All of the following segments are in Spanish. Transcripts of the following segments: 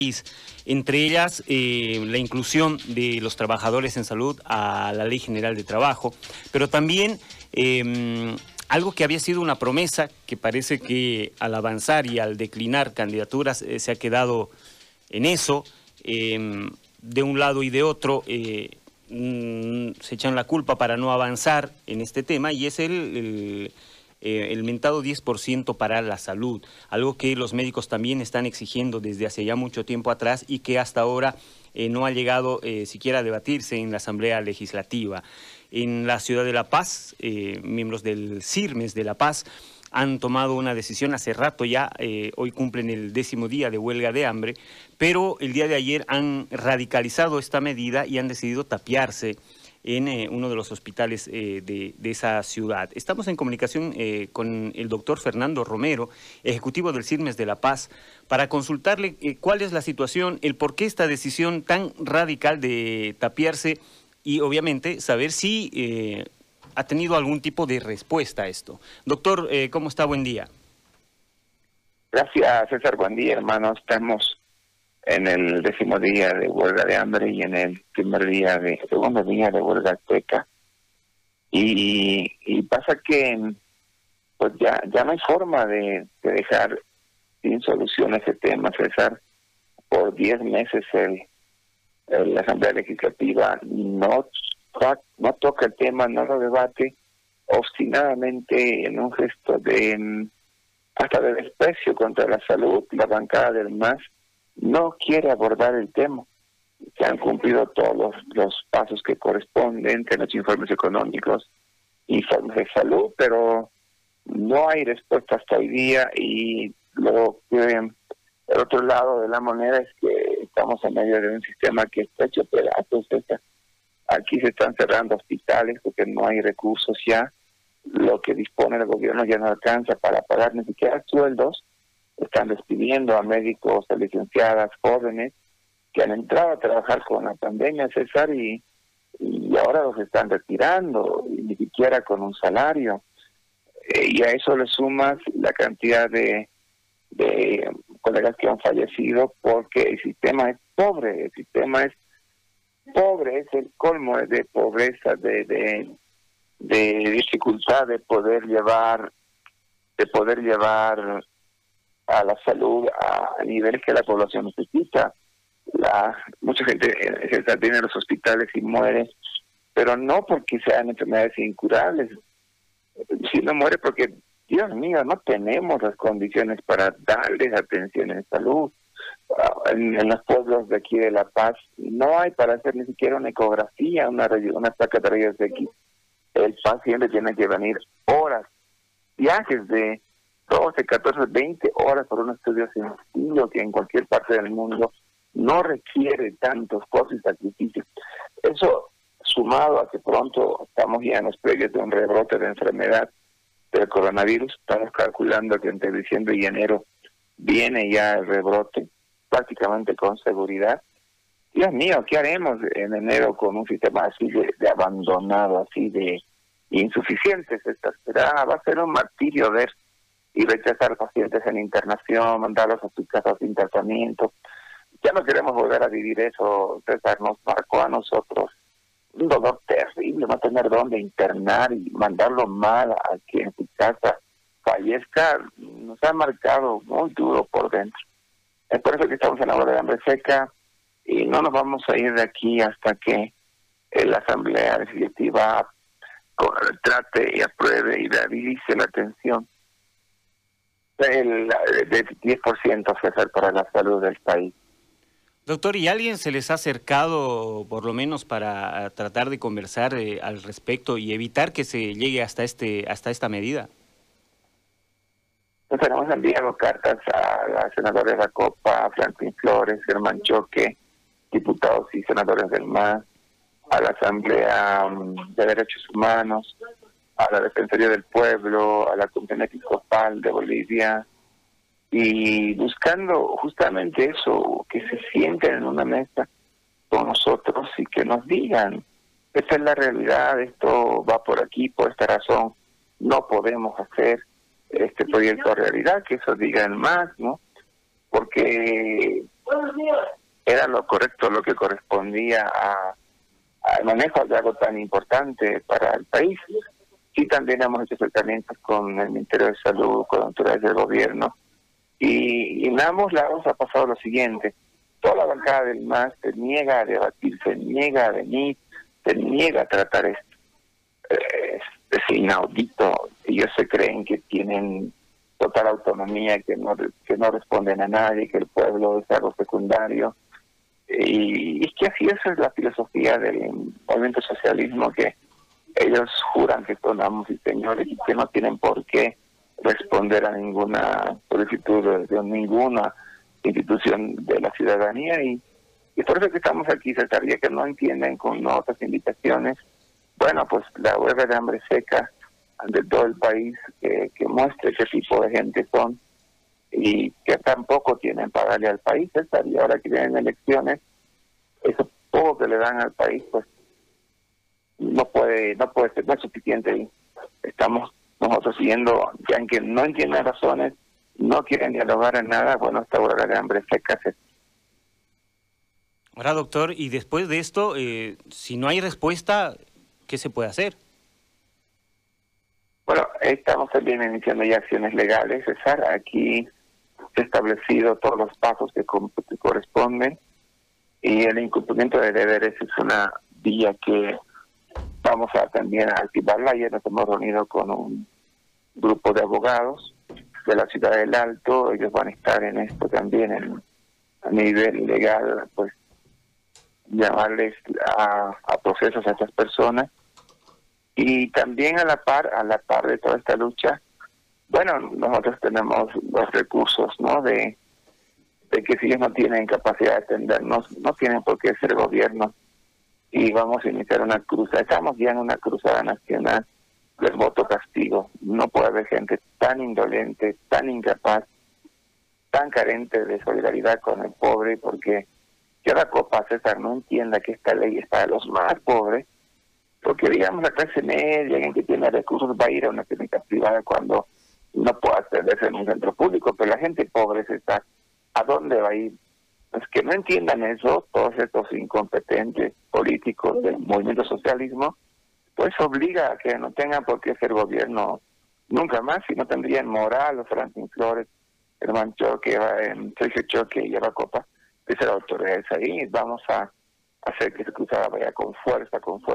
entre ellas la inclusión de los trabajadores en salud a la Ley General de Trabajo, pero también algo que había sido una promesa, que parece que al avanzar y al declinar candidaturas se ha quedado en eso, de un lado y de otro se echan la culpa para no avanzar en este tema, y es el mentado 10% para la salud, algo que los médicos también están exigiendo desde hace ya mucho tiempo atrás y que hasta ahora no ha llegado siquiera a debatirse en la Asamblea Legislativa. En la ciudad de La Paz, miembros del CIRMES de La Paz han tomado una decisión hace rato ya, hoy cumplen el 10º día de huelga de hambre, pero el día de ayer han radicalizado esta medida y han decidido tapiarse en uno de los hospitales de esa ciudad. Estamos en comunicación con el doctor Fernando Romero, ejecutivo del CIRMES de La Paz, para consultarle cuál es la situación, el por qué esta decisión tan radical de tapiarse y obviamente saber si ha tenido algún tipo de respuesta a esto. Doctor, ¿cómo está? Buen día. Gracias, César. Buen día, hermano. Estamos en el 10º día de huelga de hambre y en el segundo día de huelga seca. Y pasa que pues ya no hay forma de dejar sin solución ese tema, César. Por 10 meses la Asamblea Legislativa no toca el tema, no lo debate, obstinadamente en un gesto hasta de desprecio contra la salud. La bancada del MAS no quiere abordar el tema. Se han cumplido todos los pasos que corresponden, que los informes económicos, informes de salud, pero no hay respuesta hasta hoy día. Y lo que el otro lado de la moneda es que estamos en medio de un sistema que está hecho pedazos. Aquí se están cerrando hospitales porque no hay recursos ya. Lo que dispone el gobierno ya no alcanza para pagar ni siquiera sueldos. Están despidiendo a médicos, a licenciadas jóvenes que han entrado a trabajar con la pandemia, César, y ahora los están retirando, y ni siquiera con un salario. Y a eso le sumas la cantidad de colegas que han fallecido porque el sistema es pobre, es el colmo de pobreza, de dificultad de poder llevar a la salud a niveles que la población necesita. Mucha gente tiene en los hospitales y muere, pero no porque sean enfermedades incurables, sino muere porque, Dios mío, no tenemos las condiciones para darles atención en salud. En los pueblos de aquí de La Paz no hay para hacer ni siquiera una ecografía, una placa de rayos X. El paciente tiene que venir horas, viajes de 12, 14, 20 horas por un estudio sencillo que en cualquier parte del mundo no requiere tantos costos y sacrificios. Eso, sumado a que pronto estamos ya en los previos de un rebrote de enfermedad del coronavirus, estamos calculando que entre diciembre y enero viene ya el rebrote, prácticamente con seguridad. Dios mío, ¿qué haremos en enero con un sistema así de abandonado, así de insuficiente? Va a ser un martirio ver y rechazar pacientes en internación, mandarlos a sus casas sin tratamiento. Ya no queremos volver a vivir eso, César. Nos marcó a nosotros un dolor terrible, no tener dónde internar y mandarlo mal a que en su casa fallezca. Nos ha marcado muy duro por dentro. Es por eso que estamos en la huelga de hambre seca y no nos vamos a ir de aquí hasta que la Asamblea Legislativa trate y apruebe y realice la atención del 10%, César, para la salud del país. Doctor, ¿y alguien se les ha acercado, por lo menos para tratar de conversar al respecto y evitar que se llegue hasta esta medida? Nos hemos enviado cartas a la senadora de la Copa, a Franklin Flores, Germán Choque, diputados y senadores del MAS, a la Asamblea de Derechos Humanos, a la Defensoría del Pueblo, a la Comisión Episcopal de Bolivia, y buscando justamente eso, que se sienten en una mesa con nosotros y que nos digan, esta es la realidad, esto va por aquí, por esta razón no podemos hacer este proyecto realidad, que eso digan más, ¿no? Porque era lo correcto, lo que correspondía al manejo de algo tan importante para el país. Sí, también hemos hecho acercamientos con el Ministerio de Salud, con autoridades del gobierno, y en ambos lados ha pasado lo siguiente: toda la bancada del MAS se niega a debatir, se niega a venir, se niega a tratar esto. Es inaudito. Ellos se creen que tienen total autonomía, que no responden a nadie, que el pueblo es algo secundario. Y es que así esa es la filosofía del movimiento socialismo, que ellos juran que son amos y señores y que no tienen por qué responder a ninguna solicitud de ninguna institución de la ciudadanía. Y por eso que estamos aquí, César, ya que no entienden con otras invitaciones. Bueno, pues la huelga de hambre seca de todo el país, que muestre qué tipo de gente son y que tampoco tienen para darle al país, César, y ahora que vienen elecciones, eso poco que le dan al país, pues no puede ser, no es suficiente. Y estamos nosotros siguiendo, ya en que no entienden razones, no quieren dialogar en nada. Bueno, esta huelga de hambre seca se... Ahora, doctor, y después de esto, si no hay respuesta, ¿qué se puede hacer? Bueno, estamos también iniciando ya acciones legales, César. Aquí se han establecido todos los pasos que corresponden, y el incumplimiento de deberes es una vía que vamos a también a activarla. Ayer nos hemos reunido con un grupo de abogados de la ciudad del Alto. Ellos van a estar en esto también a nivel legal, pues llamarles a procesos a estas personas. Y también a la par de toda esta lucha, bueno, nosotros tenemos los recursos, ¿no? De que si ellos no tienen capacidad de atendernos, no tienen por qué ser gobierno. Y vamos a iniciar una cruzada. Estamos ya en una cruzada nacional del voto castigo. No puede haber gente tan indolente, tan incapaz, tan carente de solidaridad con el pobre, porque que la Copa, César, no entienda que esta ley es para los más pobres, porque digamos la clase media, alguien que tiene recursos, va a ir a una clínica privada cuando no pueda atenderse en un centro público, pero la gente pobre, César, ¿a dónde va a ir? Es que no entiendan eso, todos estos incompetentes políticos del movimiento socialismo, pues obliga a que no tengan por qué ser gobierno nunca más, si no tendrían moral los Franklin Flores, Germán Choque, Sergio Choque y Eva Copa, de ser autoridades ahí. Vamos a hacer que esa cruzada vaya con fuerza,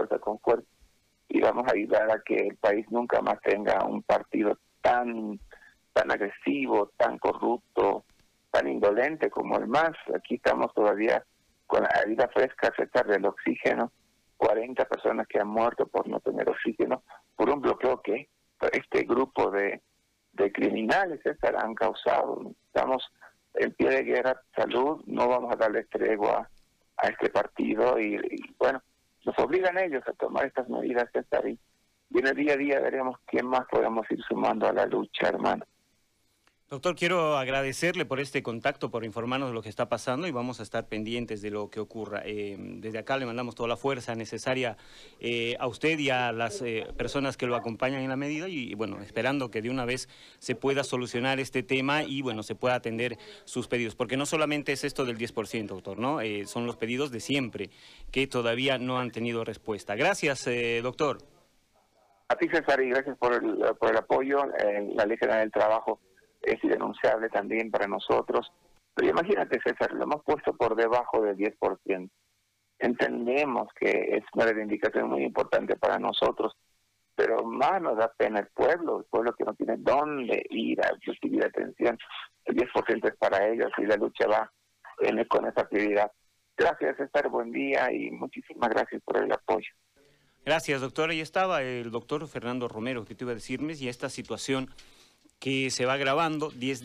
y vamos a ayudar a que el país nunca más tenga un partido tan agresivo, tan corrupto, tan indolente como el MAS. Aquí estamos todavía con la herida fresca, César, del oxígeno. 40 personas que han muerto por no tener oxígeno, por un bloqueo que este grupo de criminales, César, han causado. Estamos en pie de guerra, salud, no vamos a darle tregua a este partido, y bueno, nos obligan ellos a tomar estas medidas, César, y en el día a día veremos quién más podemos ir sumando a la lucha, hermano. Doctor, quiero agradecerle por este contacto, por informarnos de lo que está pasando, y vamos a estar pendientes de lo que ocurra. Desde acá le mandamos toda la fuerza necesaria a usted y a las personas que lo acompañan en la medida, y bueno, esperando que de una vez se pueda solucionar este tema y bueno, se pueda atender sus pedidos, porque no solamente es esto del 10%, doctor, ¿no? Son los pedidos de siempre que todavía no han tenido respuesta. Gracias, doctor. A ti, César, y gracias por el apoyo. La Ley General del Trabajo es irrenunciable también para nosotros. Pero imagínate, César, lo hemos puesto por debajo del 10%. Entendemos que es una reivindicación muy importante para nosotros, pero más nos da pena el pueblo que no tiene dónde ir a recibir atención. El 10% es para ellos y la lucha va con esa prioridad. Gracias, César, buen día y muchísimas gracias por el apoyo. Gracias, doctor. Ahí estaba el doctor Fernando Romero, que te iba a decirme, y esta situación que se va agravando 10